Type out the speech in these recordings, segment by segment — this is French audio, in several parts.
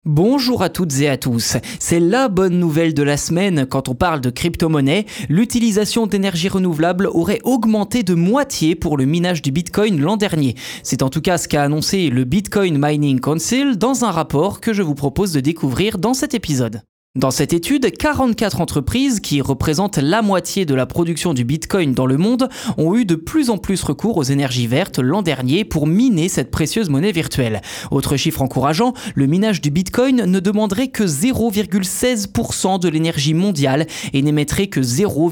Bonjour à toutes et à tous, c'est la bonne nouvelle de la semaine quand on parle de crypto-monnaie. L'utilisation d'énergie renouvelable aurait augmenté de moitié pour le minage du Bitcoin l'an dernier. C'est en tout cas ce qu'a annoncé le Bitcoin Mining Council dans un rapport que je vous propose de découvrir dans cet épisode. Dans cette étude, 44 entreprises, qui représentent la moitié de la production du Bitcoin dans le monde, ont eu de plus en plus recours aux énergies vertes l'an dernier pour miner cette précieuse monnaie virtuelle. Autre chiffre encourageant, le minage du Bitcoin ne demanderait que 0,16% de l'énergie mondiale et n'émettrait que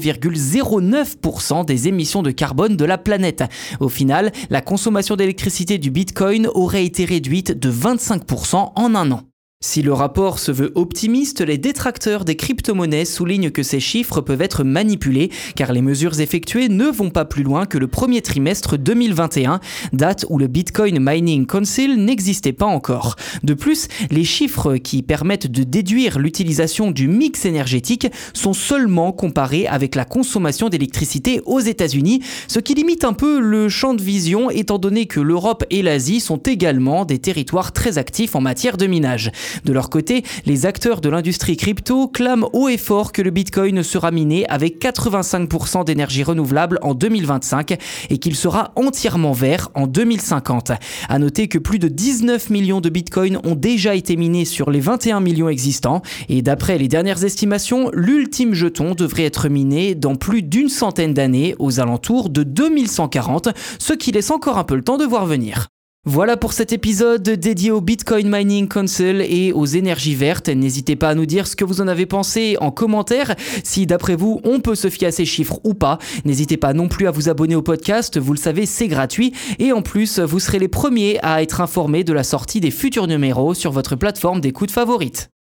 0,09% des émissions de carbone de la planète. Au final, la consommation d'électricité du Bitcoin aurait été réduite de 25% en un an. Si le rapport se veut optimiste, les détracteurs des crypto-monnaies soulignent que ces chiffres peuvent être manipulés car les mesures effectuées ne vont pas plus loin que le premier trimestre 2021, date où le Bitcoin Mining Council n'existait pas encore. De plus, les chiffres qui permettent de déduire l'utilisation du mix énergétique sont seulement comparés avec la consommation d'électricité aux États-Unis, ce qui limite un peu le champ de vision étant donné que l'Europe et l'Asie sont également des territoires très actifs en matière de minage. De leur côté, les acteurs de l'industrie crypto clament haut et fort que le Bitcoin sera miné avec 85% d'énergie renouvelable en 2025 et qu'il sera entièrement vert en 2050. À noter que plus de 19 millions de Bitcoins ont déjà été minés sur les 21 millions existants et d'après les dernières estimations, l'ultime jeton devrait être miné dans plus d'une centaine d'années aux alentours de 2140, ce qui laisse encore un peu le temps de voir venir. Voilà pour cet épisode dédié au Bitcoin Mining Council et aux énergies vertes. N'hésitez pas à nous dire ce que vous en avez pensé en commentaire, si d'après vous on peut se fier à ces chiffres ou pas. N'hésitez pas non plus à vous abonner au podcast, vous le savez c'est gratuit et en plus vous serez les premiers à être informés de la sortie des futurs numéros sur votre plateforme d'écoute favorite.